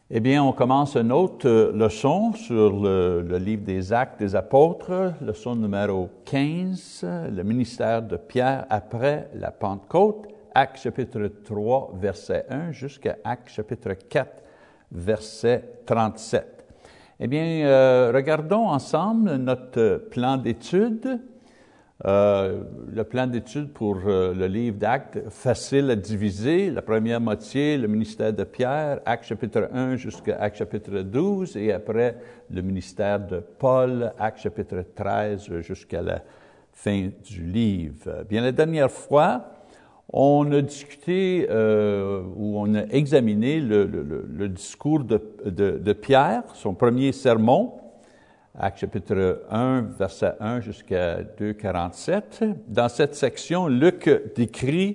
Eh bien, on commence une autre leçon sur le livre des Actes des Apôtres, leçon numéro 15, le ministère de Pierre après la Pentecôte, Actes chapitre 3, verset 1, jusqu'à Actes chapitre 4, verset 37. Eh bien, regardons ensemble notre plan d'études. Le plan d'études pour le livre d'Actes, facile à diviser. La première moitié, le ministère de Pierre, Actes chapitre 1 jusqu'à Actes chapitre 12, et après le ministère de Paul, Actes chapitre 13 jusqu'à la fin du livre. Bien, la dernière fois, on a discuté ou on a examiné le discours de Pierre, son premier sermon, Actes chapitre 1, verset 1 jusqu'à 2, 47. Dans cette section, Luc décrit,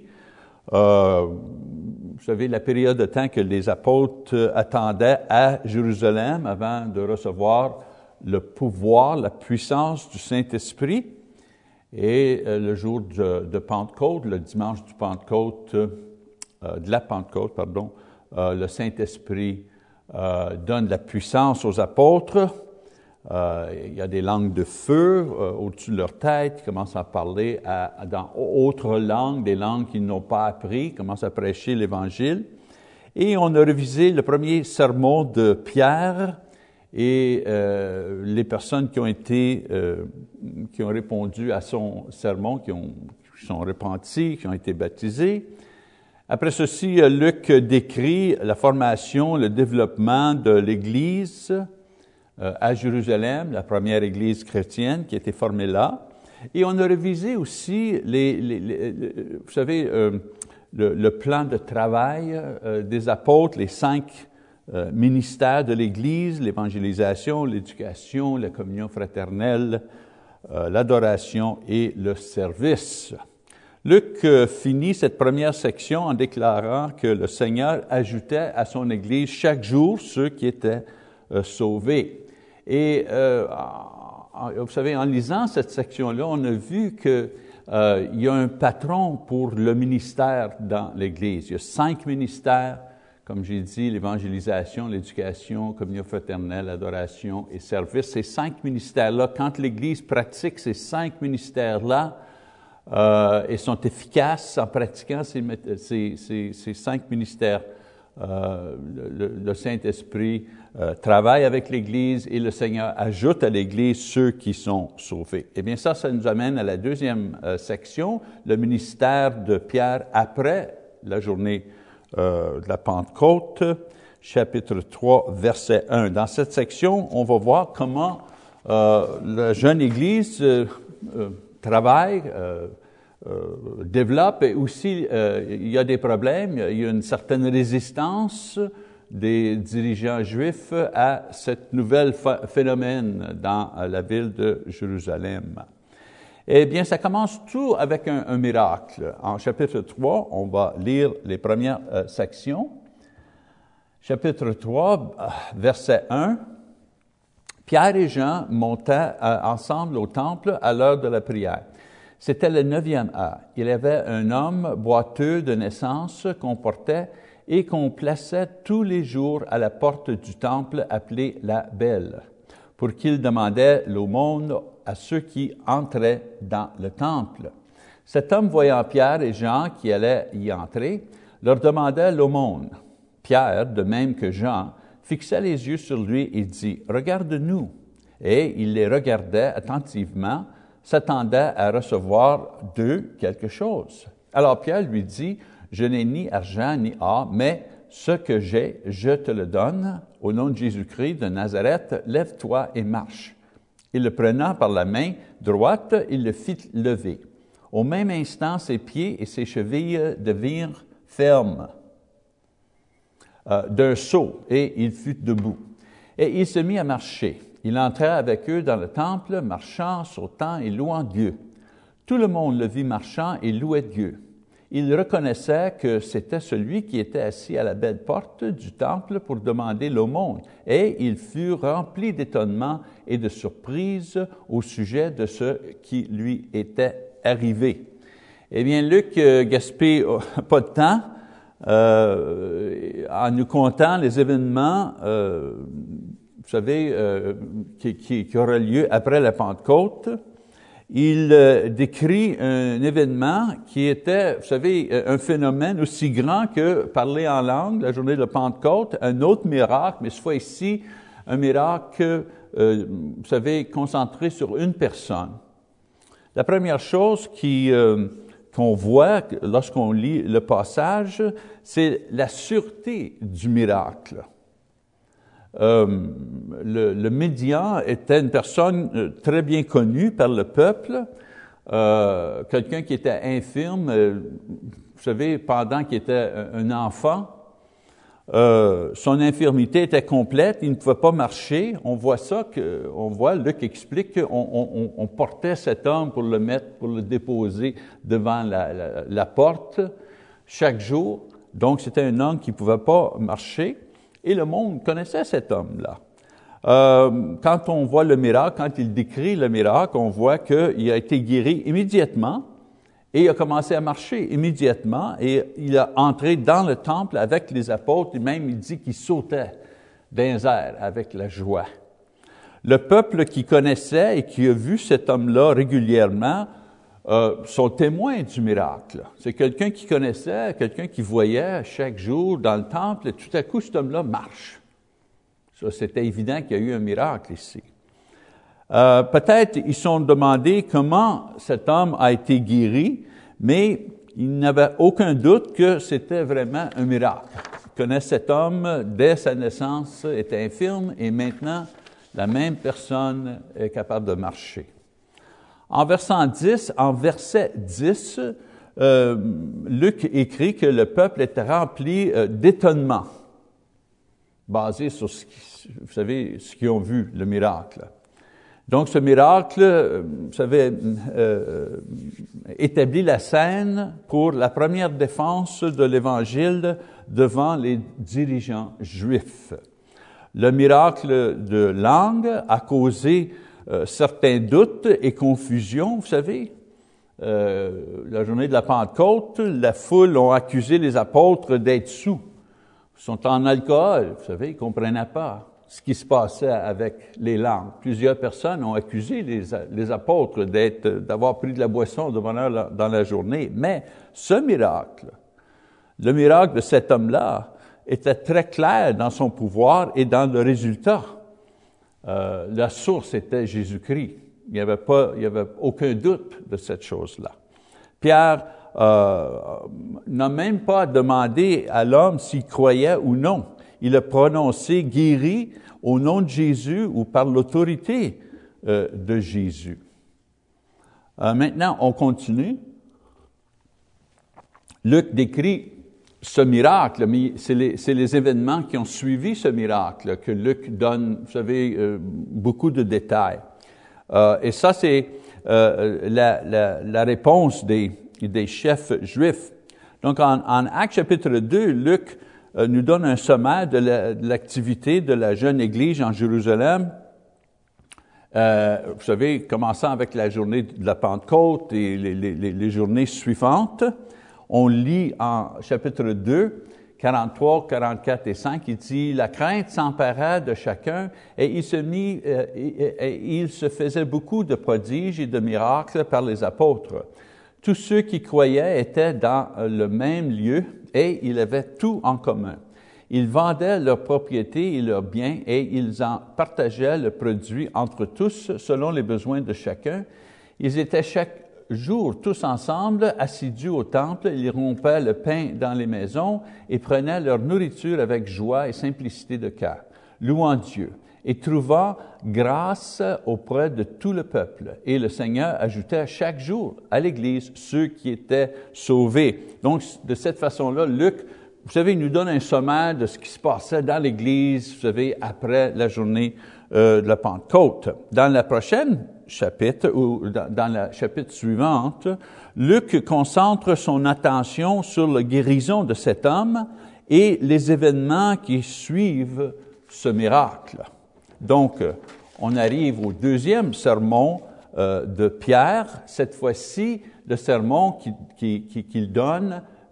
vous savez, la période de temps que les apôtres attendaient à Jérusalem avant de recevoir le pouvoir, la puissance du Saint-Esprit. Et le jour de Pentecôte, le dimanche du Pentecôte, de la Pentecôte, pardon, le Saint-Esprit donne la puissance aux apôtres. Il y a des langues de feu au-dessus de leur tête, ils commencent à parler dans autres langues, des langues qu'ils n'ont pas appris, ils commencent à prêcher l'Évangile. Et on a révisé le premier sermon de Pierre et les personnes qui ont répondu à son sermon, qui sont repentis, qui ont été baptisés. Après ceci, Luc décrit la formation, le développement de l'Église à Jérusalem, la première église chrétienne qui a été formée là. Et on a révisé aussi, vous savez, le plan de travail des apôtres, les 5 ministères de l'Église, l'évangélisation, l'éducation, la communion fraternelle, l'adoration et le service. Luc finit cette première section en déclarant que le Seigneur ajoutait à son Église chaque jour ceux qui étaient sauvés. Et vous savez, en lisant cette section-là, on a vu qu'il y a un patron pour le ministère dans l'Église. Il y a 5 ministères, comme j'ai dit, l'évangélisation, l'éducation, communion fraternelle, adoration et service. Ces 5 ministères-là, quand l'Église pratique ces 5 ministères-là, et sont efficaces en pratiquant ces 5 ministères, le Saint-Esprit travaille avec l'Église et le Seigneur ajoute à l'Église ceux qui sont sauvés. Eh bien, ça nous amène à la deuxième section, le ministère de Pierre après la journée de la Pentecôte, chapitre 3, verset 1. Dans cette section, on va voir comment la jeune Église travaille, développe, et aussi il y a des problèmes, il y a une certaine résistance des dirigeants juifs à cette nouvelle phénomène dans la ville de Jérusalem. Eh bien, ça commence tout avec un miracle. En chapitre 3, on va lire les premières sections. Chapitre 3, verset 1. Pierre et Jean montaient ensemble au temple à l'heure de la prière. C'était le 9e heure. Il y avait un homme boiteux de naissance qu'on portait et qu'on plaçait tous les jours à la porte du temple appelée la Belle, pour qu'il demandait l'aumône à ceux qui entraient dans le temple. Cet homme, voyant Pierre et Jean qui allaient y entrer, leur demandait l'aumône. Pierre, de même que Jean, fixa les yeux sur lui et dit « Regarde-nous ». Et il les regardait attentivement, s'attendait à recevoir d'eux quelque chose. Alors Pierre lui dit « Je n'ai ni argent ni or, mais ce que j'ai, je te le donne. Au nom de Jésus-Christ de Nazareth, lève-toi et marche. » Et le prenant par la main droite, il le fit lever. Au même instant, ses pieds et ses chevilles devinrent fermes d'un saut, et il fut debout. Et il se mit à marcher. Il entra avec eux dans le temple, marchant, sautant et louant Dieu. Tout le monde le vit marchant et louait Dieu. Il reconnaissait que c'était celui qui était assis à la belle porte du temple pour demander l'aumône, et il fut rempli d'étonnement et de surprise au sujet de ce qui lui était arrivé. Eh bien, Luc gaspille pas de temps. en nous contant les événements, vous savez, qui auraient lieu après la Pentecôte. Il décrit un événement qui était, vous savez, un phénomène aussi grand que parler en langue, la journée de la Pentecôte, un autre miracle, mais cette fois-ci, un miracle, vous savez, concentré sur une personne. La première chose qu'on voit lorsqu'on lit le passage, c'est la sûreté du miracle. Le médian était une personne très bien connue par le peuple, quelqu'un qui était infirme, vous savez, pendant qu'il était un enfant. Son infirmité était complète, il ne pouvait pas marcher. On voit Luc explique qu'on portait cet homme pour le déposer devant la porte chaque jour. Donc, c'était un homme qui ne pouvait pas marcher. Et le monde connaissait cet homme-là. Quand on voit le miracle, quand il décrit le miracle, on voit qu'il a été guéri immédiatement et il a commencé à marcher immédiatement et il a entré dans le temple avec les apôtres et même il dit qu'il sautait dans les airs avec la joie. Le peuple qui connaissait et qui a vu cet homme-là régulièrement sont témoins du miracle. C'est quelqu'un qui connaissait, quelqu'un qui voyait chaque jour dans le temple, et tout à coup, cet homme-là marche. Ça, c'était évident qu'il y a eu un miracle ici. Peut-être ils se sont demandé comment cet homme a été guéri, mais ils n'avaient aucun doute que c'était vraiment un miracle. Ils connaissent cet homme, dès sa naissance, était infirme, et maintenant, la même personne est capable de marcher. En verset 10, Luc écrit que le peuple était rempli d'étonnement, basé sur vous savez, ce qu'ils ont vu, le miracle. Donc, ce miracle, vous savez, établit la scène pour la première défense de l'Évangile devant les dirigeants juifs. Le miracle de langue a causé certains doutes et confusions, vous savez. La journée de la Pentecôte, la foule ont accusé les apôtres d'être sous. Ils sont en alcool, vous savez, ils ne comprenaient pas ce qui se passait avec les langues. Plusieurs personnes ont accusé les apôtres d'avoir pris de la boisson de bonne heure dans la journée. Mais ce miracle, le miracle de cet homme-là, était très clair dans son pouvoir et dans le résultat. La source était Jésus-Christ. Il n'y avait aucun doute de cette chose-là. Pierre n'a même pas demandé à l'homme s'il croyait ou non. Il a prononcé guéri au nom de Jésus ou par l'autorité de Jésus. Maintenant, on continue. Luc décrit ce miracle, mais c'est les événements qui ont suivi ce miracle que Luc donne, vous savez, beaucoup de détails. Et ça, c'est la réponse des chefs juifs. Donc, en Actes chapitre 2, Luc nous donne un sommaire de l'activité de la jeune Église en Jérusalem. Vous savez, commençant avec la journée de la Pentecôte et les journées suivantes. On lit en chapitre 2, 43, 44 et 5, il dit « La crainte s'empara de chacun et il se faisait beaucoup de prodiges et de miracles par les apôtres. Tous ceux qui croyaient étaient dans le même lieu et ils avaient tout en commun. Ils vendaient leurs propriétés et leurs biens et ils en partageaient le produit entre tous selon les besoins de chacun. Ils étaient chaque jour tous ensemble, assidus au temple, ils rompaient le pain dans les maisons et prenaient leur nourriture avec joie et simplicité de cœur, louant Dieu et trouvant grâce auprès de tout le peuple. Et le Seigneur ajoutait chaque jour à l'Église ceux qui étaient sauvés. Donc, de cette façon-là, Luc, vous savez, il nous donne un sommaire de ce qui se passait dans l'Église, vous savez, après la journée de la Pentecôte. Dans la prochaine chapitre, ou dans la chapitre suivante, Luc concentre son attention sur la guérison de cet homme et les événements qui suivent ce miracle. Donc, on arrive au deuxième sermon de Pierre, cette fois-ci, le sermon qu'il donne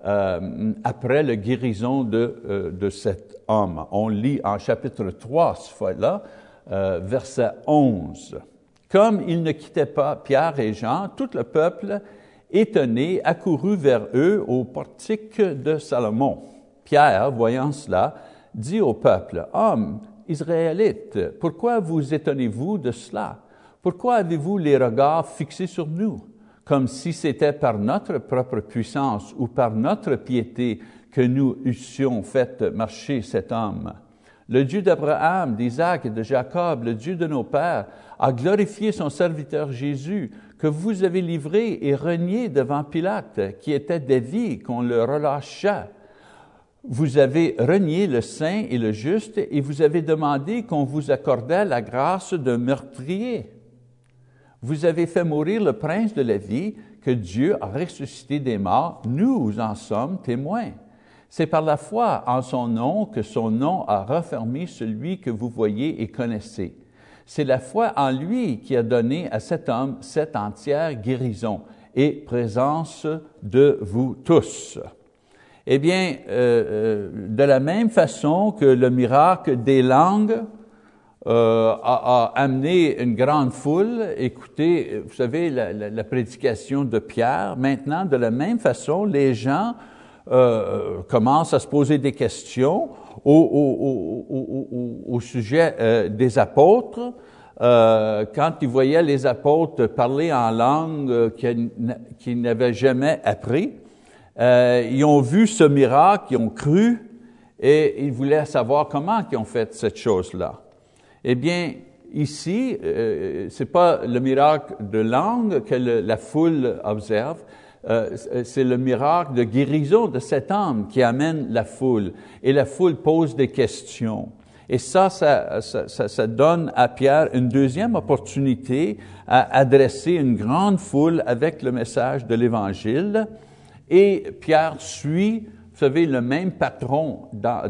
après la guérison de cet homme. On lit en chapitre 3, cette fois-là, verset 11. « Comme ils ne quittaient pas Pierre et Jean, tout le peuple, étonné, accourut vers eux au portique de Salomon. Pierre, voyant cela, dit au peuple, « Hommes Israélites, pourquoi vous étonnez-vous de cela? Pourquoi avez-vous les regards fixés sur nous, comme si c'était par notre propre puissance ou par notre piété que nous eussions fait marcher cet homme? Le Dieu d'Abraham, d'Isaac et de Jacob, le Dieu de nos pères, a glorifié son serviteur Jésus, que vous avez livré et renié devant Pilate, qui était d'avis qu'on le relâchât. Vous avez renié le saint et le juste, et vous avez demandé qu'on vous accordât la grâce d'un meurtrier. Vous avez fait mourir le prince de la vie, que Dieu a ressuscité des morts. Nous en sommes témoins. C'est par la foi en son nom que son nom a raffermi celui que vous voyez et connaissez. C'est la foi en lui qui a donné à cet homme cette entière guérison et présence de vous tous. » Eh bien, de la même façon que le miracle des langues a amené une grande foule, écoutez, vous savez, la prédication de Pierre, maintenant, de la même façon, les gens commencent à se poser des questions au sujet des apôtres. Quand ils voyaient les apôtres parler en langue qu'ils n'avaient jamais appris, ils ont vu ce miracle, ils ont cru, et ils voulaient savoir comment ils ont fait cette chose-là. Eh bien, ici, c'est pas le miracle de langue que la foule observe, c'est le miracle de guérison de cet homme qui amène la foule. Et la foule pose des questions. Et ça donne à Pierre une deuxième opportunité à adresser une grande foule avec le message de l'Évangile. Et Pierre suit, vous savez, le même patron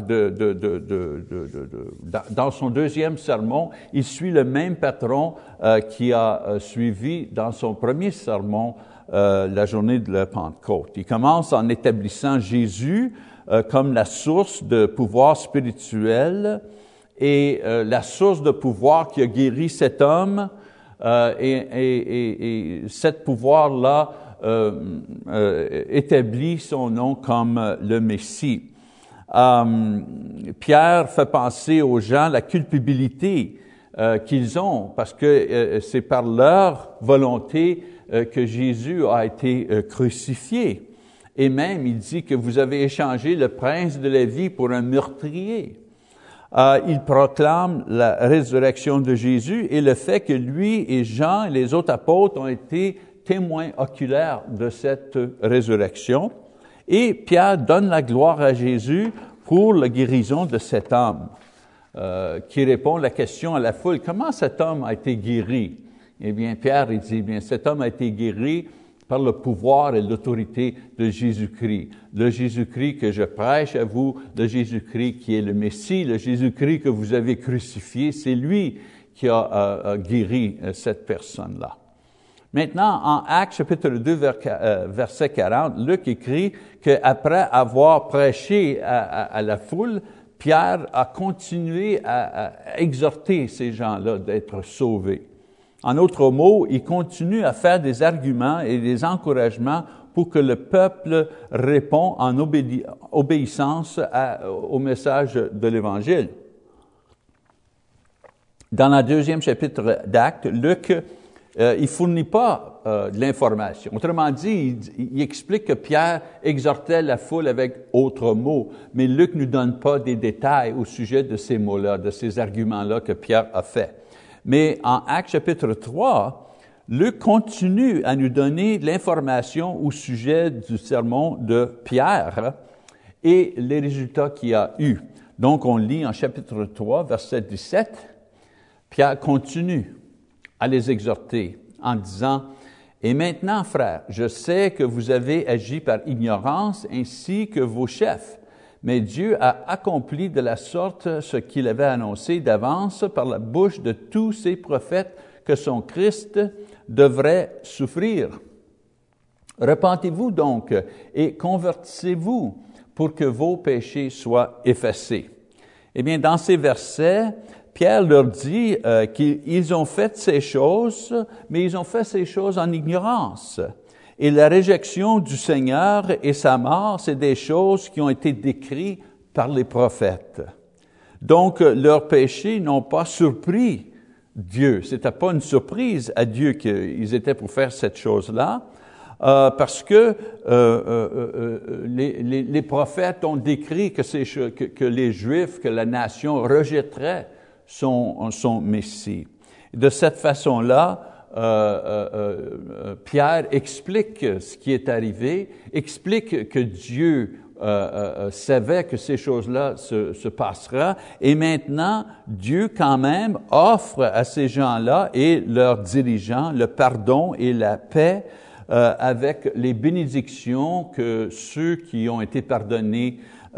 dans son deuxième sermon. Il suit le même patron qui a suivi dans son premier sermon la journée de la Pentecôte. Il commence en établissant Jésus comme la source de pouvoir spirituel et la source de pouvoir qui a guéri cet homme et cet pouvoir-là établit son nom comme le Messie. Pierre fait penser aux gens la culpabilité qu'ils ont parce que c'est par leur volonté que Jésus a été crucifié. Et même, il dit que vous avez échangé le prince de la vie pour un meurtrier. Il proclame la résurrection de Jésus et le fait que lui et Jean et les autres apôtres ont été témoins oculaires de cette résurrection. Et Pierre donne la gloire à Jésus pour la guérison de cet homme, qui répond la question à la foule, comment cet homme a été guéri? Eh bien, Pierre, il dit, bien, cet homme a été guéri par le pouvoir et l'autorité de Jésus-Christ. Le Jésus-Christ que je prêche à vous, le Jésus-Christ qui est le Messie, le Jésus-Christ que vous avez crucifié, c'est lui qui a guéri cette personne-là. Maintenant, en Actes chapitre 2, verset 40, Luc écrit qu'après avoir prêché à la foule, Pierre a continué à exhorter ces gens-là d'être sauvés. En d'autres mots, il continue à faire des arguments et des encouragements pour que le peuple réponde en obéissance au message de l'Évangile. Dans le deuxième chapitre d'Actes, Luc, il fournit pas de l'information. Autrement dit, il explique que Pierre exhortait la foule avec autres mots, mais Luc ne nous donne pas des détails au sujet de ces mots-là, de ces arguments-là que Pierre a fait. Mais en Actes chapitre 3, Luc continue à nous donner de l'information au sujet du sermon de Pierre et les résultats qu'il a eus. Donc, on lit en chapitre 3, verset 17, Pierre continue à les exhorter en disant « Et maintenant, frères, je sais que vous avez agi par ignorance ainsi que vos chefs. Mais Dieu a accompli de la sorte ce qu'il avait annoncé d'avance par la bouche de tous ses prophètes que son Christ devrait souffrir. Repentez-vous donc et convertissez-vous pour que vos péchés soient effacés. » Eh bien, dans ces versets, Pierre leur dit qu'ils ont fait ces choses, mais ils ont fait ces choses en ignorance. Et la réjection du Seigneur et sa mort, c'est des choses qui ont été décrites par les prophètes. Donc, leurs péchés n'ont pas surpris Dieu. C'était pas une surprise à Dieu qu'ils étaient pour faire cette chose-là, parce que les prophètes ont décrit que les Juifs, que la nation rejetterait son Messie. De cette façon-là, Pierre explique ce qui est arrivé, explique que Dieu savait que ces choses-là se passeraient, et maintenant, Dieu quand même offre à ces gens-là et leurs dirigeants le pardon et la paix avec les bénédictions que ceux qui ont été pardonnés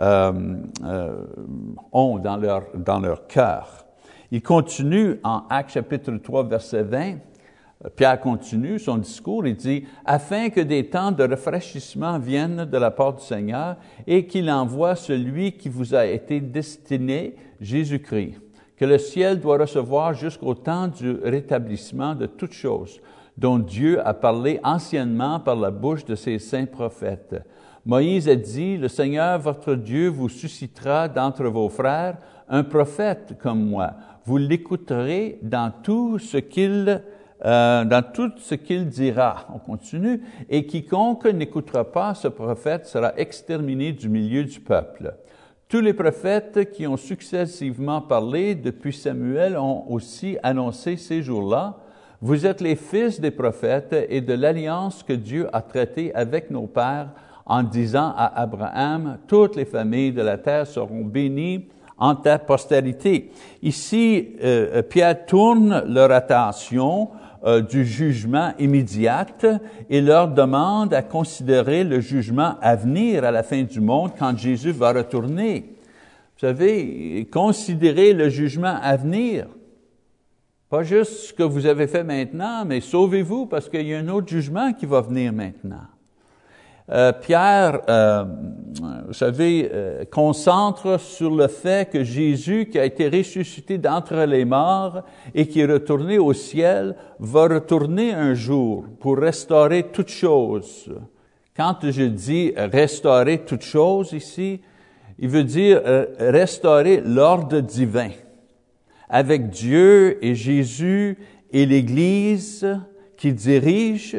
ont dans leur cœur. Il continue en Actes chapitre 3, verset 20. Pierre continue son discours, il dit « Afin que des temps de rafraîchissement viennent de la part du Seigneur et qu'il envoie celui qui vous a été destiné, Jésus-Christ, que le ciel doit recevoir jusqu'au temps du rétablissement de toutes choses, dont Dieu a parlé anciennement par la bouche de ses saints prophètes. Moïse a dit, « Le Seigneur votre Dieu vous suscitera d'entre vos frères un prophète comme moi. Vous l'écouterez dans tout ce qu'il dira. » On continue. « Et quiconque n'écoutera pas ce prophète sera exterminé du milieu du peuple. » Tous les prophètes qui ont successivement parlé depuis Samuel ont aussi annoncé ces jours-là. Vous êtes les fils des prophètes et de l'alliance que Dieu a traitée avec nos pères en disant à Abraham, « Toutes les familles de la terre seront bénies en ta postérité. » Ici, Pierre tourne leur attention du jugement immédiat et leur demande à considérer le jugement à venir à la fin du monde quand Jésus va retourner. Vous savez, considérez le jugement à venir. Pas juste ce que vous avez fait maintenant, mais sauvez-vous parce qu'il y a un autre jugement qui va venir maintenant. Pierre, vous savez, concentre sur le fait que Jésus, qui a été ressuscité d'entre les morts et qui est retourné au ciel, va retourner un jour pour restaurer toutes choses. Quand je dis restaurer toutes choses ici, il veut dire restaurer l'ordre divin avec Dieu et Jésus et l'Église qui dirige.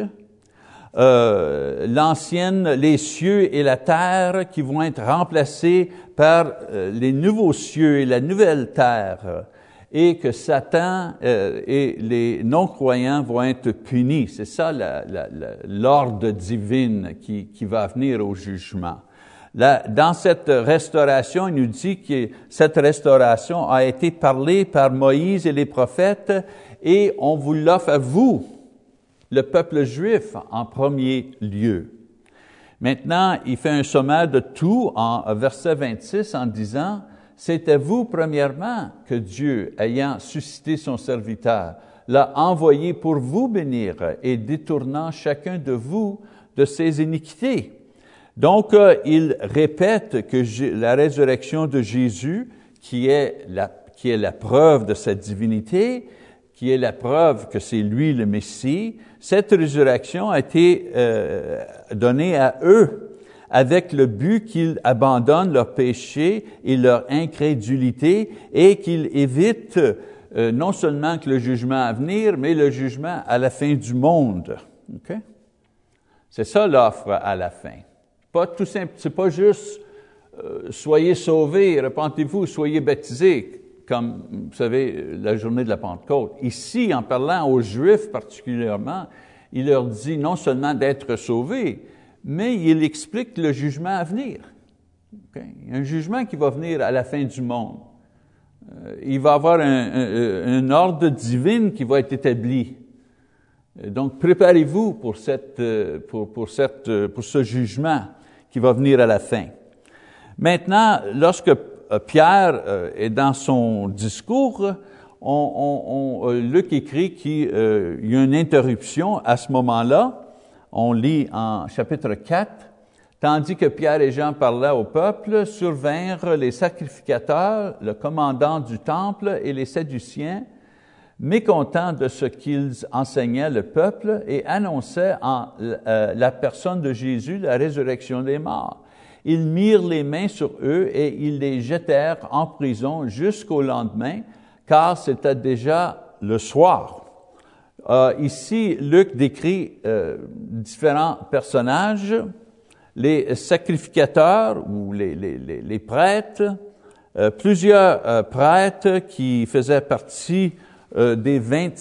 Les cieux et la terre qui vont être remplacés par les nouveaux cieux et la nouvelle terre, et que Satan et les non-croyants vont être punis. C'est ça l'ordre divin qui va venir au jugement. Dans cette restauration, il nous dit que cette restauration a été parlée par Moïse et les prophètes, et on vous l'offre à vous, le peuple juif, en premier lieu. Maintenant, il fait un sommaire de tout en verset 26 en disant « C'est à vous, premièrement, que Dieu, ayant suscité son serviteur, l'a envoyé pour vous bénir et détournant chacun de vous de ses iniquités. » Donc, il répète que la résurrection de Jésus, qui est la preuve de sa divinité, qui est la preuve que c'est lui le Messie, cette résurrection a été donnée à eux avec le but qu'ils abandonnent leur péché et leur incrédulité et qu'ils évitent non seulement que le jugement à venir, mais le jugement à la fin du monde. Okay? C'est ça l'offre à la fin. Pas tout simple, c'est pas juste soyez sauvés, repentez-vous, soyez baptisés, comme, vous savez, la journée de la Pentecôte. Ici, en parlant aux Juifs particulièrement, il leur dit non seulement d'être sauvés, mais il explique le jugement à venir. Okay? Il y a un jugement qui va venir à la fin du monde. Il va y avoir un ordre divin qui va être établi. Donc, préparez-vous pour ce jugement qui va venir à la fin. Maintenant, lorsque Pierre est dans son discours, Luc écrit qu'il y a une interruption à ce moment-là. on lit en chapitre 4, « Tandis que Pierre et Jean parlaient au peuple, survinrent les sacrificateurs, le commandant du temple et les Sadduciens, mécontents de ce qu'ils enseignaient le peuple et annonçaient en la personne de Jésus la résurrection des morts. Ils mirent les mains sur eux et ils les jetèrent en prison jusqu'au lendemain, car c'était déjà le soir. » Ici, Luc décrit différents personnages, les sacrificateurs ou les prêtres, plusieurs prêtres qui faisaient partie des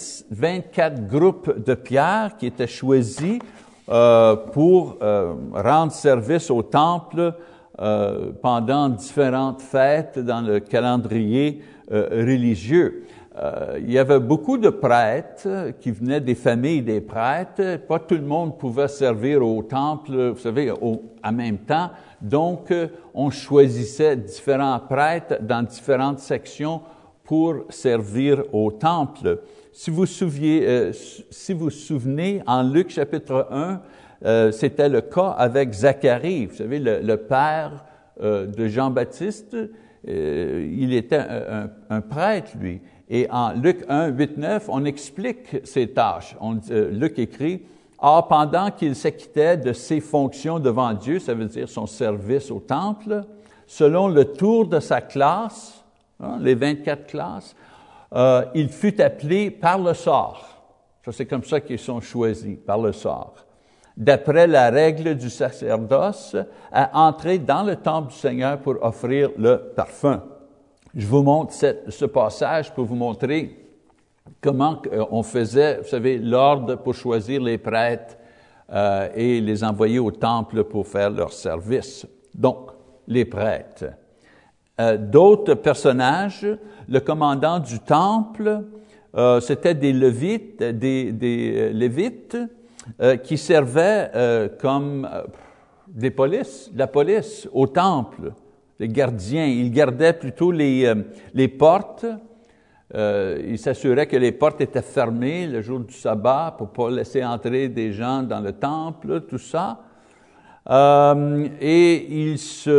24 groupes de Pierre qui étaient choisis pour rendre service au temple pendant différentes fêtes dans le calendrier religieux. Il y avait beaucoup de prêtres qui venaient des familles des prêtres. Pas tout le monde pouvait servir au temple, vous savez, en même temps. Donc, on choisissait différents prêtres dans différentes sections pour servir au temple. Si vous vous souvenez, en Luc chapitre 1, c'était le cas avec Zacharie. Vous savez, le père de Jean-Baptiste, il était un prêtre, lui. Et en Luc 1, 8, 9, on explique ses tâches. Luc écrit, « Or, pendant qu'il s'acquittait de ses fonctions devant Dieu, ça veut dire son service au temple, selon le tour de sa classe, les 24 classes, il fut appelé par le sort. » Ça, c'est comme ça qu'ils sont choisis, par le sort. D'après la règle du sacerdoce, à entrer dans le temple du Seigneur pour offrir le parfum. Je vous montre ce passage pour vous montrer comment on faisait, vous savez, l'ordre pour choisir les prêtres et les envoyer au temple pour faire leur service. Donc, les prêtres. D'autres personnages, le commandant du temple, c'était des Lévites, qui servaient comme la police au temple. Les gardiens, ils gardaient plutôt les portes. Ils s'assuraient que les portes étaient fermées le jour du sabbat pour pas laisser entrer des gens dans le temple, tout ça. Et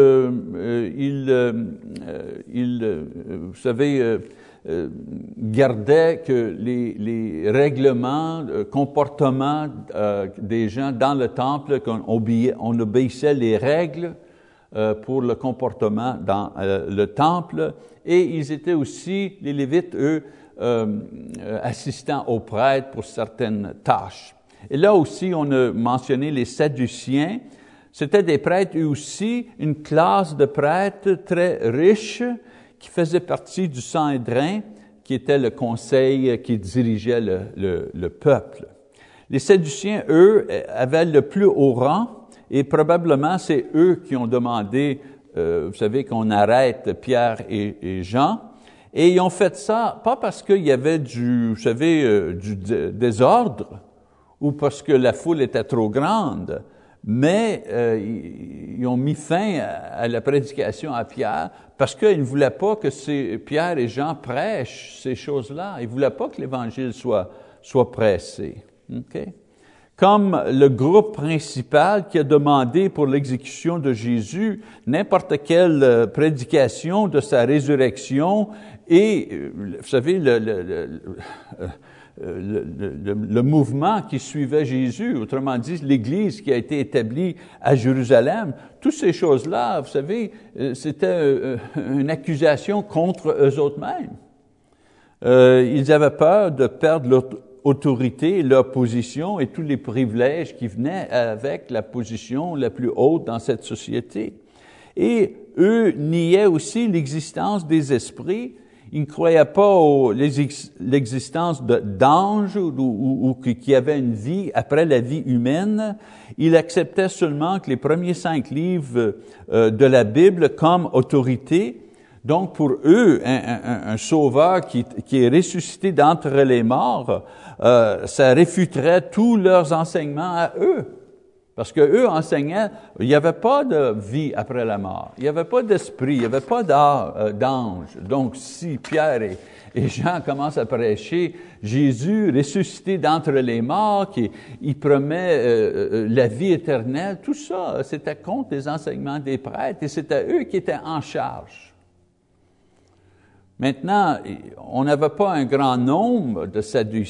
vous savez, gardaient que les règlements, comportements des gens dans le temple, qu'on obéissait les règles pour le comportement dans le temple, et ils étaient aussi, les Lévites, eux, assistants aux prêtres pour certaines tâches. Et là aussi, on a mentionné les Sadduciens. C'était des prêtres, eux aussi, une classe de prêtres très riches qui faisaient partie du Sanhédrin, qui était le conseil qui dirigeait le peuple. Les Sadduciens, eux, avaient le plus haut rang, et probablement, c'est eux qui ont demandé, vous savez, qu'on arrête Pierre et Jean. Et ils ont fait ça, pas parce qu'il y avait du désordre, ou parce que la foule était trop grande, mais ils ont mis fin à la prédication à Pierre, parce qu'ils ne voulaient pas que Pierre et Jean prêchent ces choses-là. Ils ne voulaient pas que l'Évangile soit pressé. Okay? Comme le groupe principal qui a demandé pour l'exécution de Jésus n'importe quelle prédication de sa résurrection et, vous savez, le mouvement qui suivait Jésus, autrement dit, l'Église qui a été établie à Jérusalem, toutes ces choses-là, vous savez, c'était une accusation contre eux autres mêmes. Ils avaient peur de perdre leur autorité, leur position et tous les privilèges qui venaient avec la position la plus haute dans cette société. Et eux niaient aussi l'existence des esprits. Ils ne croyaient pas l'existence d'anges ou qu'il y avait une vie après la vie humaine. Ils acceptaient seulement que les premiers 5 livres de la Bible comme autorité. Donc, pour eux, un sauveur qui est ressuscité d'entre les morts, ça réfuterait tous leurs enseignements à eux. Parce que eux enseignaient, il n'y avait pas de vie après la mort, il n'y avait pas d'esprit, il n'y avait pas d'ange. Donc, si Pierre Et Jean commence à prêcher Jésus ressuscité d'entre les morts, il promet la vie éternelle. Tout ça, c'était contre les enseignements des prêtres et c'était eux qui étaient en charge. Maintenant, on n'avait pas un grand nombre de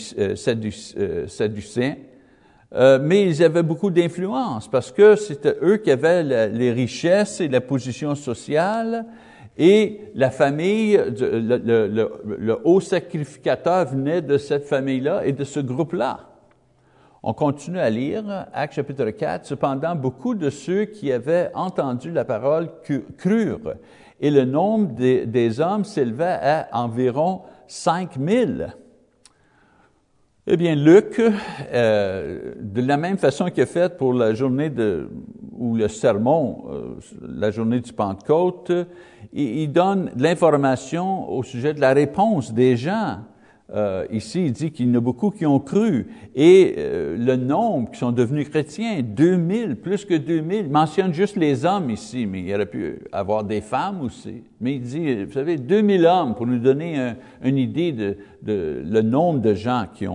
Sadducéens, mais ils avaient beaucoup d'influence parce que c'était eux qui avaient les richesses et la position sociale et la famille, le haut sacrificateur venait de cette famille-là et de ce groupe-là. On continue à lire, Actes chapitre 4, cependant beaucoup de ceux qui avaient entendu la parole crurent et le nombre des hommes s'élevait à environ 5000. Eh bien, Luc, de la même façon qu'il a fait pour la journée ou le sermon, la journée du Pentecôte, il donne de l'information au sujet de la réponse des gens. Ici, il dit qu'il y en a beaucoup qui ont cru. Et le nombre qui sont devenus chrétiens, 2000, plus que 2000. Il mentionne juste les hommes ici, mais il aurait pu avoir des femmes aussi. Mais il dit, vous savez, 2000 hommes pour nous donner une idée de le nombre de gens qui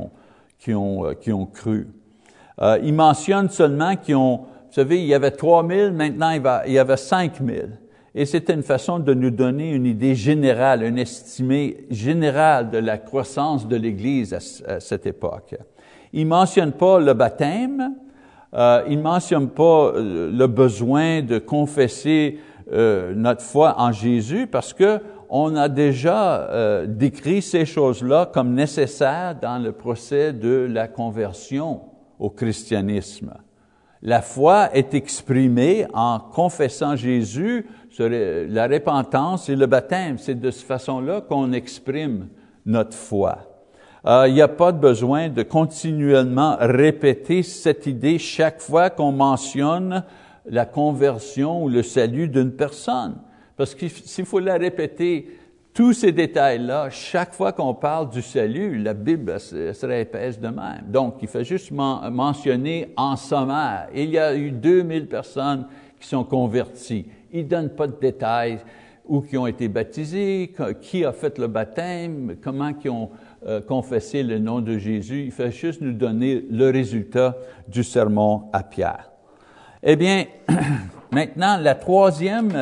ont cru. Il mentionne seulement qu'ils ont, vous savez, il y avait 3000, maintenant il y avait 5000. Et c'était une façon de nous donner une idée générale, une estimée générale de la croissance de l'Église à cette époque. Il mentionne pas le baptême, il mentionne pas le besoin de confesser notre foi en Jésus parce que on a déjà décrit ces choses-là comme nécessaires dans le procès de la conversion au christianisme. La foi est exprimée en confessant Jésus sur la repentance et le baptême. C'est de cette façon-là qu'on exprime notre foi. Il n'y a pas de besoin de continuellement répéter cette idée chaque fois qu'on mentionne la conversion ou le salut d'une personne. Parce que s'il faut la répéter, tous ces détails-là, chaque fois qu'on parle du salut, la Bible serait épaisse de même. Donc, il faut juste mentionner en sommaire. Il y a eu 2000 personnes qui sont converties. Il ne donne pas de détails où qui ont été baptisés, qui a fait le baptême, comment qui ont confessé le nom de Jésus. Il fait juste nous donner le résultat du sermon à Pierre. Eh bien, maintenant, le troisième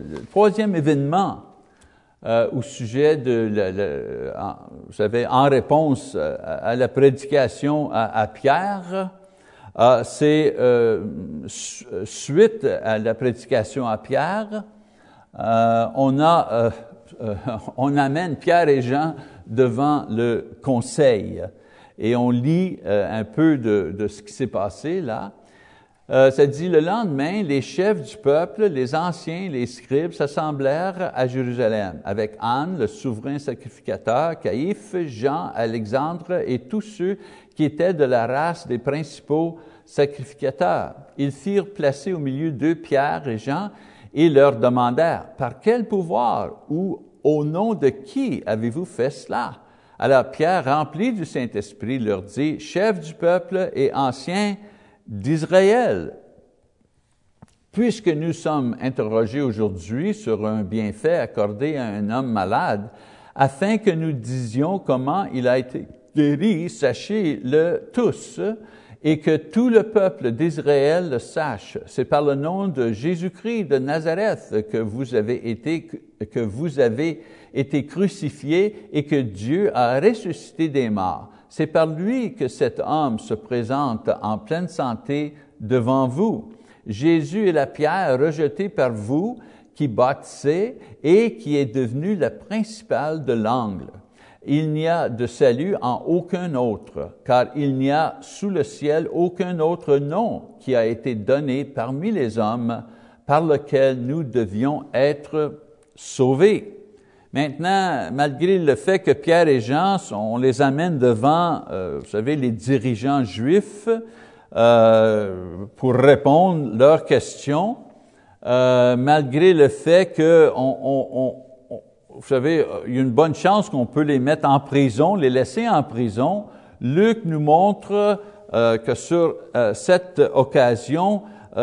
événement au sujet de, vous savez, en réponse à la prédication à Pierre, c'est suite à la prédication à Pierre, on amène Pierre et Jean devant le conseil et on lit un peu de ce qui s'est passé là. Ça dit, le lendemain, les chefs du peuple, les anciens, les scribes s'assemblèrent à Jérusalem avec Anne, le souverain sacrificateur, Caïphe, Jean, Alexandre et tous ceux qui étaient de la race des principaux sacrificateurs. Ils firent placer au milieu d'eux Pierre et Jean et leur demandèrent, « Par quel pouvoir ou au nom de qui avez-vous fait cela? » Alors Pierre, rempli du Saint-Esprit, leur dit, « Chefs du peuple et anciens d'Israël, puisque nous sommes interrogés aujourd'hui sur un bienfait accordé à un homme malade, afin que nous disions comment il a été guéri, sachez-le tous, et que tout le peuple d'Israël le sache. C'est par le nom de Jésus-Christ de Nazareth que vous avez été crucifié et que Dieu a ressuscité des morts. C'est par lui que cet homme se présente en pleine santé devant vous. Jésus est la pierre rejetée par vous qui bâtissez et qui est devenue la principale de l'angle. Il n'y a de salut en aucun autre, car il n'y a sous le ciel aucun autre nom qui a été donné parmi les hommes par lequel nous devions être sauvés. Maintenant, malgré le fait que Pierre et Jean, on les amène devant, vous savez, les dirigeants juifs pour répondre leurs questions, malgré le fait que, vous savez, il y a une bonne chance qu'on peut les mettre en prison, les laisser en prison, Luc nous montre que sur cette occasion,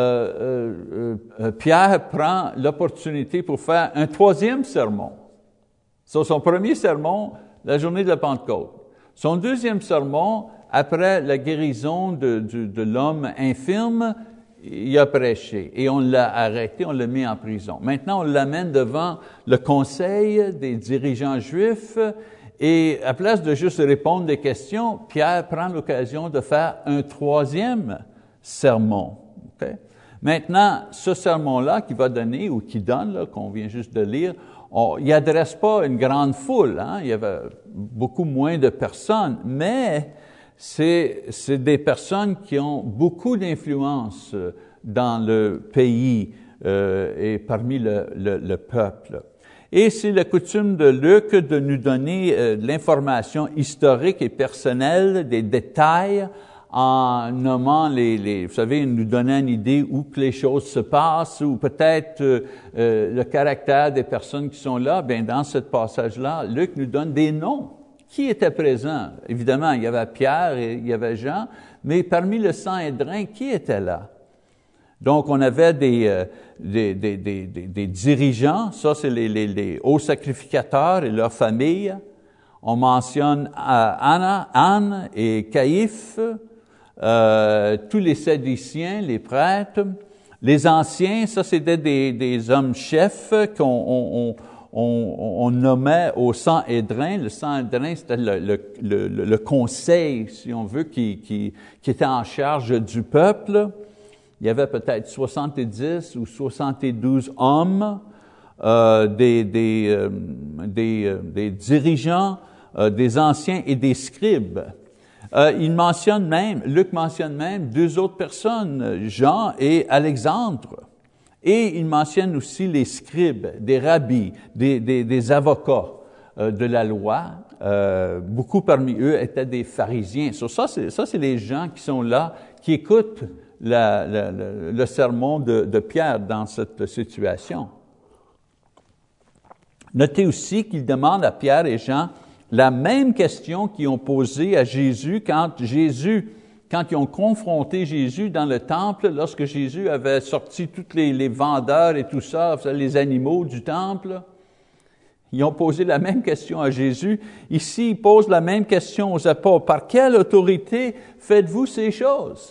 Pierre prend l'opportunité pour faire un troisième sermon. Sur son premier sermon, la journée de la Pentecôte. Son deuxième sermon, après la guérison de l'homme infirme, il a prêché et on l'a arrêté, on l'a mis en prison. Maintenant, on l'amène devant le conseil des dirigeants juifs et à place de juste répondre des questions, Pierre prend l'occasion de faire un troisième sermon. Okay? Maintenant, ce sermon-là qu'il va donner ou qu'il donne, là, qu'on vient juste de lire, il n'adresse pas une grande foule, hein? Il y avait beaucoup moins de personnes, mais c'est des personnes qui ont beaucoup d'influence dans le pays et parmi le peuple. Et c'est la coutume de Luc de nous donner de l'information historique et personnelle, des détails, en nommant vous savez, nous donnant une idée où que les choses se passent, ou peut-être le caractère des personnes qui sont là. Bien, dans ce passage-là, Luc nous donne des noms. Qui était présent? Évidemment, il y avait Pierre et il y avait Jean, mais parmi le Sanhédrin, qui était là? Donc, on avait des dirigeants, ça c'est les hauts sacrificateurs et leurs familles. On mentionne Anne et Caïphe, tous les Sadduciens, les prêtres. Les anciens, ça c'était des hommes chefs qu'on nommait au Sanhédrin. Le Sanhédrin, c'était le conseil, si on veut, qui était en charge du peuple. Il y avait peut-être 70 ou 72 hommes, des dirigeants, des anciens et des scribes. Luc mentionne même deux autres personnes, Jean et Alexandre. Et il mentionne aussi les scribes, des rabbis, des avocats de la loi. Beaucoup parmi eux étaient des pharisiens. Ça, c'est les gens qui sont là, qui écoutent le sermon de Pierre dans cette situation. Notez aussi qu'il demande à Pierre et Jean la même question qu'ils ont posée à Jésus quand ils ont confronté Jésus dans le temple, lorsque Jésus avait sorti tous les vendeurs et tout ça, les animaux du temple. Ils ont posé la même question à Jésus. Ici, ils posent la même question aux apôtres. Par quelle autorité faites-vous ces choses?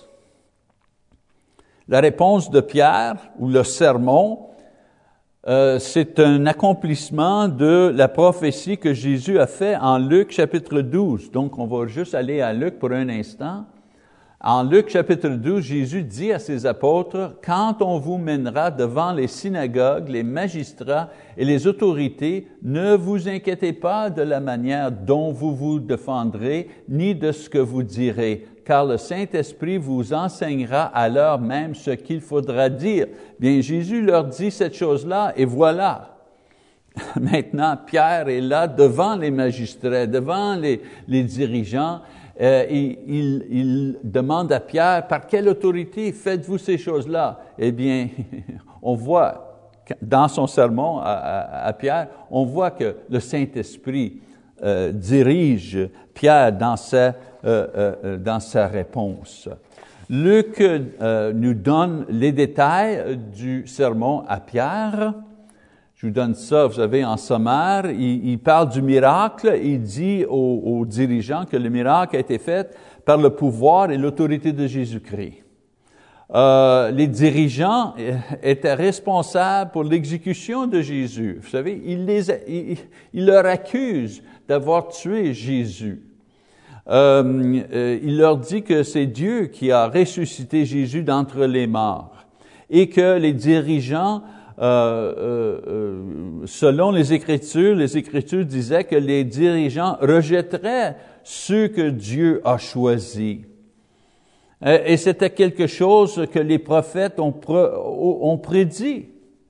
La réponse de Pierre, ou le sermon, c'est un accomplissement de la prophétie que Jésus a fait en Luc chapitre 12. Donc, on va juste aller à Luc pour un instant. En Luc chapitre 12, Jésus dit à ses apôtres, « Quand on vous mènera devant les synagogues, les magistrats et les autorités, ne vous inquiétez pas de la manière dont vous vous défendrez, ni de ce que vous direz, car le Saint-Esprit vous enseignera à l'heure même ce qu'il faudra dire. » Bien, Jésus leur dit cette chose-là, et voilà. Maintenant, Pierre est là devant les magistrats, devant les dirigeants, il demande à Pierre, par quelle autorité faites-vous ces choses-là? Eh bien, on voit, dans son sermon à Pierre, on voit que le Saint-Esprit dirige Pierre dans sa réponse. Luc nous donne les détails du sermon à Pierre. Je vous donne ça, vous savez, en sommaire. Il parle du miracle. Il dit aux dirigeants que le miracle a été fait par le pouvoir et l'autorité de Jésus-Christ. Les dirigeants étaient responsables pour l'exécution de Jésus. Vous savez, il leur accuse d'avoir tué Jésus. Il leur dit que c'est Dieu qui a ressuscité Jésus d'entre les morts et que les dirigeants selon les Écritures disaient que les dirigeants rejetteraient ceux que Dieu a choisis. Et c'était quelque chose que les prophètes ont prédit.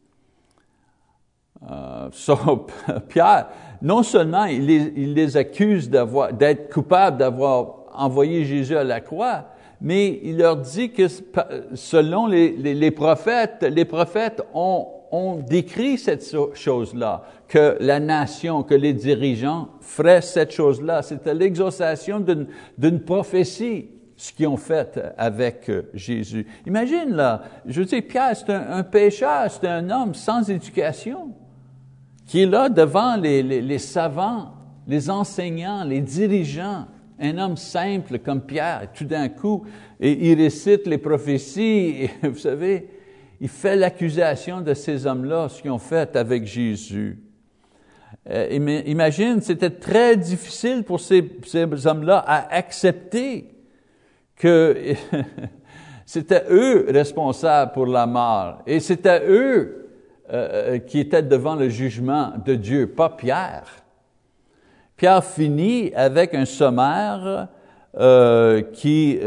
Pierre, non seulement il les accuse d'être coupables d'avoir envoyé Jésus à la croix, mais il leur dit que selon les prophètes ont décrit cette chose-là, que la nation, que les dirigeants feraient cette chose-là. C'était l'exaucation d'une prophétie, ce qu'ils ont fait avec Jésus. Imagine là, je veux dire, Pierre, c'est un pécheur, c'est un homme sans éducation, qui est là devant les savants les enseignants, les dirigeants. Un homme simple comme Pierre, tout d'un coup, et il récite les prophéties, et vous savez, il fait l'accusation de ces hommes-là, ce qu'ils ont fait avec Jésus. Imagine, c'était très difficile pour ces hommes-là à accepter que c'était eux responsables pour la mort, et c'était eux qui étaient devant le jugement de Dieu, pas Pierre. Pierre finit avec un sommaire qui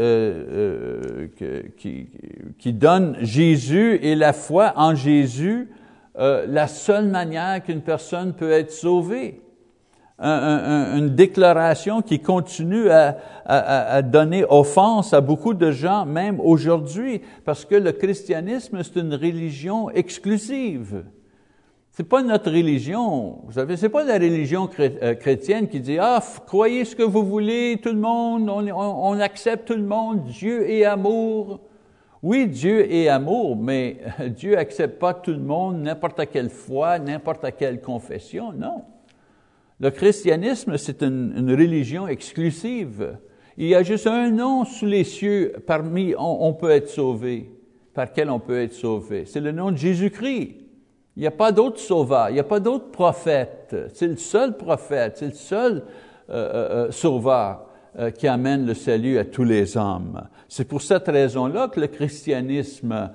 donne Jésus et la foi en Jésus la seule manière qu'une personne peut être sauvée. Une déclaration qui continue à donner offense à beaucoup de gens, même aujourd'hui, parce que le christianisme, c'est une religion exclusive. C'est pas notre religion, vous savez, c'est pas la religion chrétienne qui dit « Ah, croyez ce que vous voulez, tout le monde, on accepte tout le monde, Dieu est amour. » Oui, Dieu est amour, mais Dieu accepte pas tout le monde, n'importe quelle foi, n'importe quelle confession, non. Le christianisme, c'est une religion exclusive. Il y a juste un nom sous les cieux parmi on peut être sauvé, par quel on peut être sauvé. C'est le nom de Jésus-Christ. Il n'y a pas d'autre sauveur, il n'y a pas d'autre prophète. C'est le seul prophète, c'est le seul sauveur qui amène le salut à tous les hommes. C'est pour cette raison-là que le christianisme,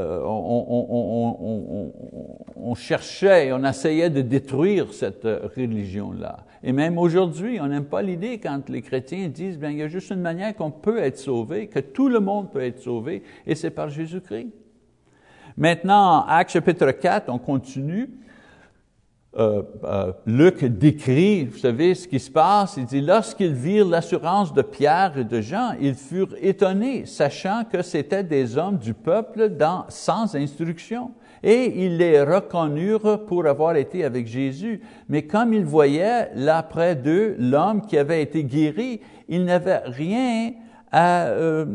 on cherchait, on essayait de détruire cette religion-là. Et même aujourd'hui, on n'aime pas l'idée quand les chrétiens disent, bien, il y a juste une manière qu'on peut être sauvé, que tout le monde peut être sauvé, et c'est par Jésus-Christ. Maintenant, Actes chapitre 4, on continue. Luc décrit, vous savez, ce qui se passe. Il dit, lorsqu'ils virent l'assurance de Pierre et de Jean, ils furent étonnés, sachant que c'étaient des hommes du peuple sans instruction. Et ils les reconnurent pour avoir été avec Jésus. Mais comme ils voyaient là près d'eux l'homme qui avait été guéri, ils n'avaient rien à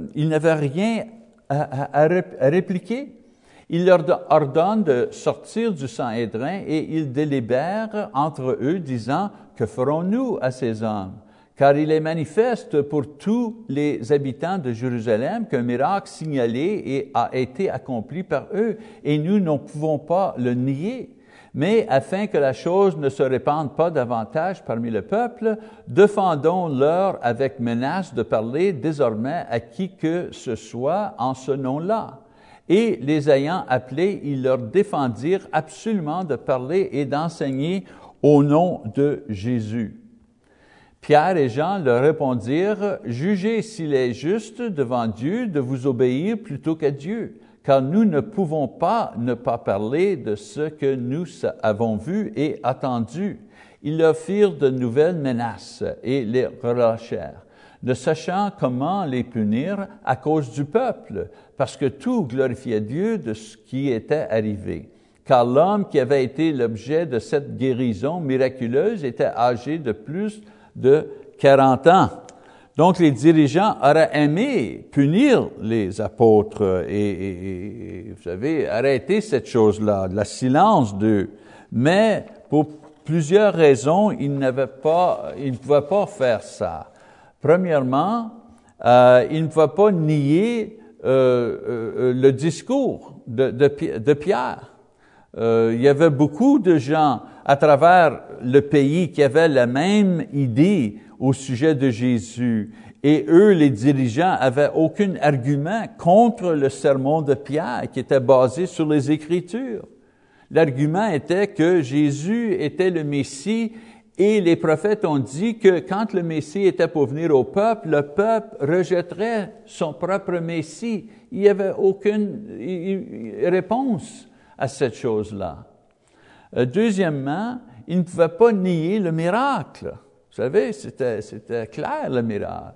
répliquer. Il leur ordonne de sortir du Sanhédrin et ils délibèrent entre eux, disant, « Que ferons-nous à ces hommes? Car il est manifeste pour tous les habitants de Jérusalem qu'un miracle signalé a été accompli par eux, et nous ne pouvons pas le nier. Mais afin que la chose ne se répande pas davantage parmi le peuple, défendons-leur avec menace de parler désormais à qui que ce soit en ce nom-là. » Et les ayant appelés, ils leur défendirent absolument de parler et d'enseigner au nom de Jésus. Pierre et Jean leur répondirent, « Jugez s'il est juste devant Dieu de vous obéir plutôt qu'à Dieu, car nous ne pouvons pas ne pas parler de ce que nous avons vu et entendu. » Ils leur firent de nouvelles menaces et les relâchèrent, ne sachant comment les punir à cause du peuple, parce que tout glorifiait Dieu de ce qui était arrivé. Car l'homme qui avait été l'objet de cette guérison miraculeuse était âgé de plus de 40 ans. Donc les dirigeants auraient aimé punir les apôtres et vous savez, arrêter cette chose-là, le silence d'eux. Mais pour plusieurs raisons, ils ne pouvaient pas faire ça. Premièrement, il ne faut pas nier le discours de Pierre. Il y avait beaucoup de gens à travers le pays qui avaient la même idée au sujet de Jésus. Et eux, les dirigeants, avaient aucun argument contre le sermon de Pierre qui était basé sur les Écritures. L'argument était que Jésus était le Messie. Et les prophètes ont dit que quand le Messie était pour venir au peuple, le peuple rejetterait son propre Messie. Il n'y avait aucune réponse à cette chose-là. Deuxièmement, ils ne pouvaient pas nier le miracle. Vous savez, c'était clair le miracle.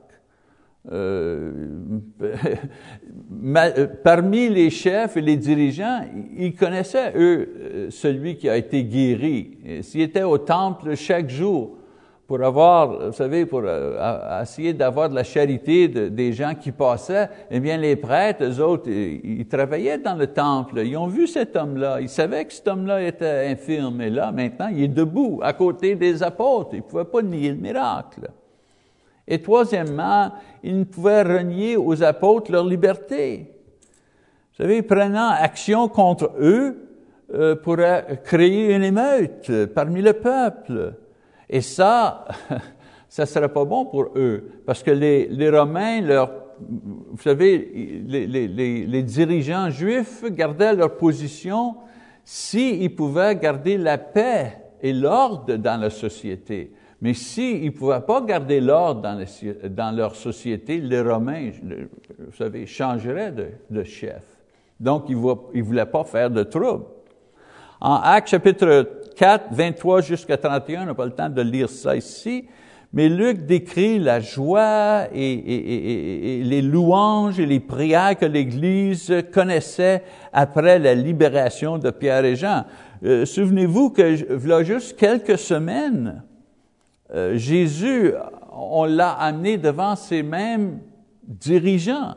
Parmi les chefs et les dirigeants, ils connaissaient, eux, celui qui a été guéri. S'ils étaient au temple chaque jour pour avoir, vous savez, pour essayer d'avoir de la charité des gens qui passaient, eh bien, les prêtres, eux autres, ils travaillaient dans le temple. Ils ont vu cet homme-là. Ils savaient que cet homme-là était infirme. Et là, maintenant, il est debout, à côté des apôtres. Ils ne pouvaient pas nier le miracle. Et troisièmement, ils ne pouvaient renier aux apôtres leur liberté. Vous savez, prenant action contre eux, pourrait créer une émeute parmi le peuple. Et ça serait pas bon pour eux, parce que les Romains, vous savez, les dirigeants juifs gardaient leur position s'ils pouvaient garder la paix et l'ordre dans la société. Mais s'ils ne pouvaient pas garder l'ordre dans leur société, les Romains, vous savez, changeraient de chef. Donc, ils ne voulaient pas faire de trouble. En Actes chapitre 4, 23 jusqu'à 31, on n'a pas le temps de lire ça ici, mais Luc décrit la joie et les louanges et les prières que l'Église connaissait après la libération de Pierre et Jean. Souvenez-vous que, il y a juste quelques semaines, Jésus, on l'a amené devant ces mêmes dirigeants.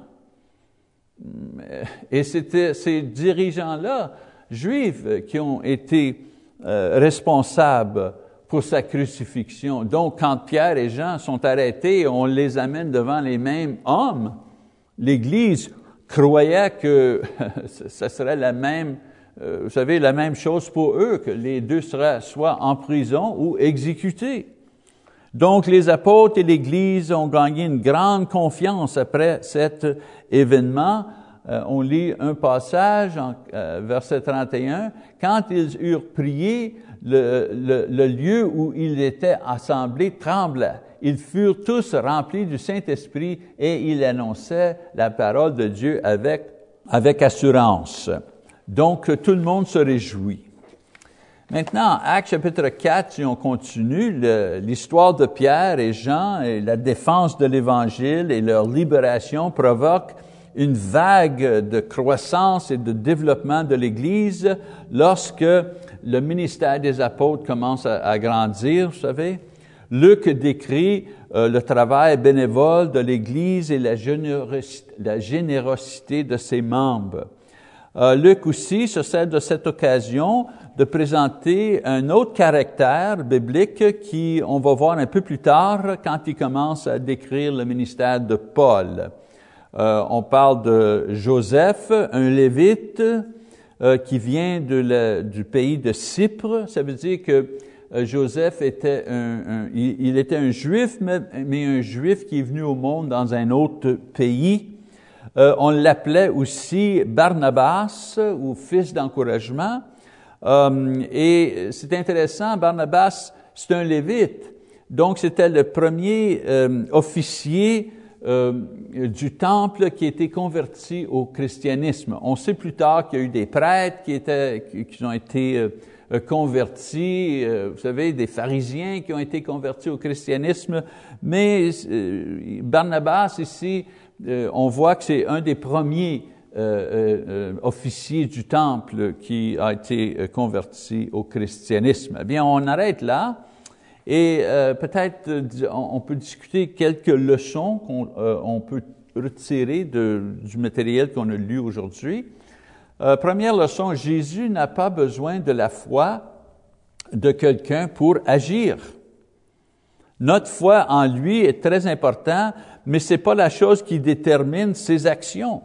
Et c'était ces dirigeants-là, juifs, qui ont été responsables pour sa crucifixion. Donc, quand Pierre et Jean sont arrêtés, on les amène devant les mêmes hommes. L'Église croyait que ça serait la même, vous savez, la même chose pour eux, que les deux seraient soit en prison ou exécutés. Donc, les apôtres et l'Église ont gagné une grande confiance après cet événement. On lit un passage, verset 31. « Quand ils eurent prié, le lieu où ils étaient assemblés trembla. Ils furent tous remplis du Saint-Esprit et ils annonçaient la parole de Dieu avec assurance. » Donc, tout le monde se réjouit. Maintenant, Actes chapitre 4, si on continue, l'histoire de Pierre et Jean et la défense de l'Évangile et leur libération provoque une vague de croissance et de développement de l'Église lorsque le ministère des apôtres commence à grandir, vous savez. Luc décrit le travail bénévole de l'Église et la générosité de ses membres. Luc aussi se sert de cette occasion de présenter un autre caractère biblique qui, on va voir un peu plus tard, quand il commence à décrire le ministère de Paul. On parle de Joseph, un Lévite qui vient du pays de Cypre. Ça veut dire que Joseph était il était un Juif, mais un Juif qui est venu au monde dans un autre pays. On l'appelait aussi Barnabas, ou fils d'encouragement. Et c'est intéressant, Barnabas, c'est un Lévite. Donc, c'était le premier officier du temple qui a été converti au christianisme. On sait plus tard qu'il y a eu des prêtres qui ont été convertis, vous savez, des pharisiens qui ont été convertis au christianisme, mais Barnabas ici, on voit que c'est un des premiers officiers du temple qui a été converti au christianisme. Eh bien, on arrête là. Et peut-être on peut discuter quelques leçons qu'on peut retirer du matériel qu'on a lu aujourd'hui. Première leçon, Jésus n'a pas besoin de la foi de quelqu'un pour agir. Notre foi en lui est très importante, mais c'est pas la chose qui détermine ses actions.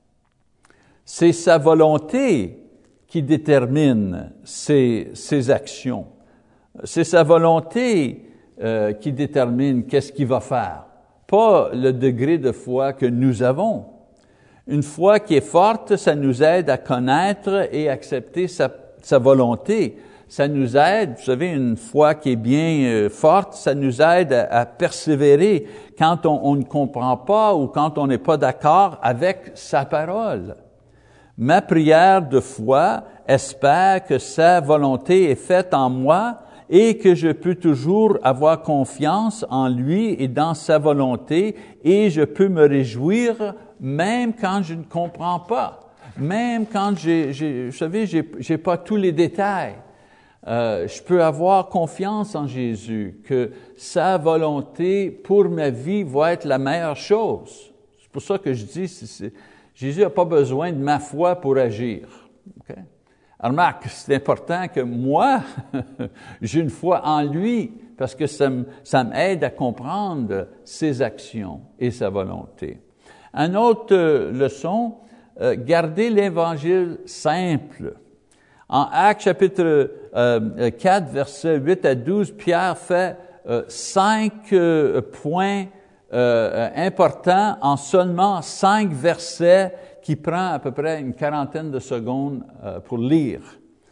C'est sa volonté qui détermine ses actions. C'est sa volonté qui détermine qu'est-ce qu'il va faire, pas le degré de foi que nous avons. Une foi qui est forte, ça nous aide à connaître et accepter sa volonté. Ça nous aide, vous savez, une foi qui est bien forte, ça nous aide à persévérer quand on ne comprend pas ou quand on n'est pas d'accord avec sa parole. Ma prière de foi espère que sa volonté est faite en moi et que je peux toujours avoir confiance en lui et dans sa volonté, et je peux me réjouir même quand je ne comprends pas, même quand vous savez, j'ai pas tous les détails. Je peux avoir confiance en Jésus, que sa volonté pour ma vie va être la meilleure chose. C'est pour ça que je dis, Jésus n'a pas besoin de ma foi pour agir. Okay? Alors, remarque, c'est important que moi, j'ai une foi en lui, parce que ça m'aide à comprendre ses actions et sa volonté. Une autre leçon, garder l'Évangile simple. En Actes chapitre 4, versets 8 à 12, Pierre fait 5 points importants en seulement 5 versets qui prend à peu près une quarantaine de secondes pour lire.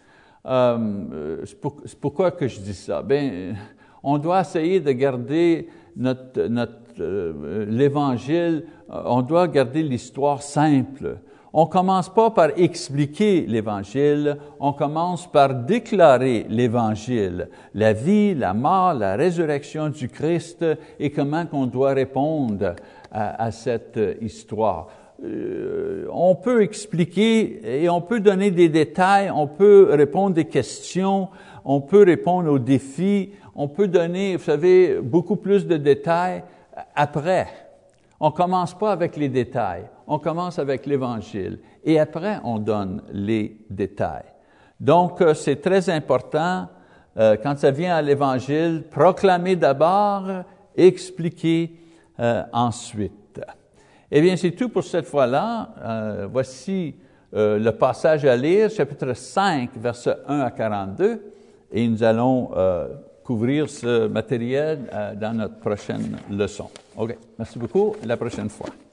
C'est pourquoi que je dis ça? Bien, on doit essayer de garder l'Évangile, on doit garder l'histoire simple. On commence pas par expliquer l'Évangile, on commence par déclarer l'Évangile, la vie, la mort, la résurrection du Christ et comment qu'on doit répondre à cette histoire. On peut expliquer et on peut donner des détails, on peut répondre des questions, on peut répondre aux défis, on peut donner, vous savez, beaucoup plus de détails après. On commence pas avec les détails, on commence avec l'Évangile et après on donne les détails. Donc c'est très important quand ça vient à l'Évangile, proclamer d'abord, expliquer ensuite. Eh bien, c'est tout pour cette fois-là. Voici le passage à lire, chapitre 5, versets 1 à 42, et nous allons couvrir ce matériel dans notre prochaine leçon. OK, merci beaucoup. À la prochaine fois.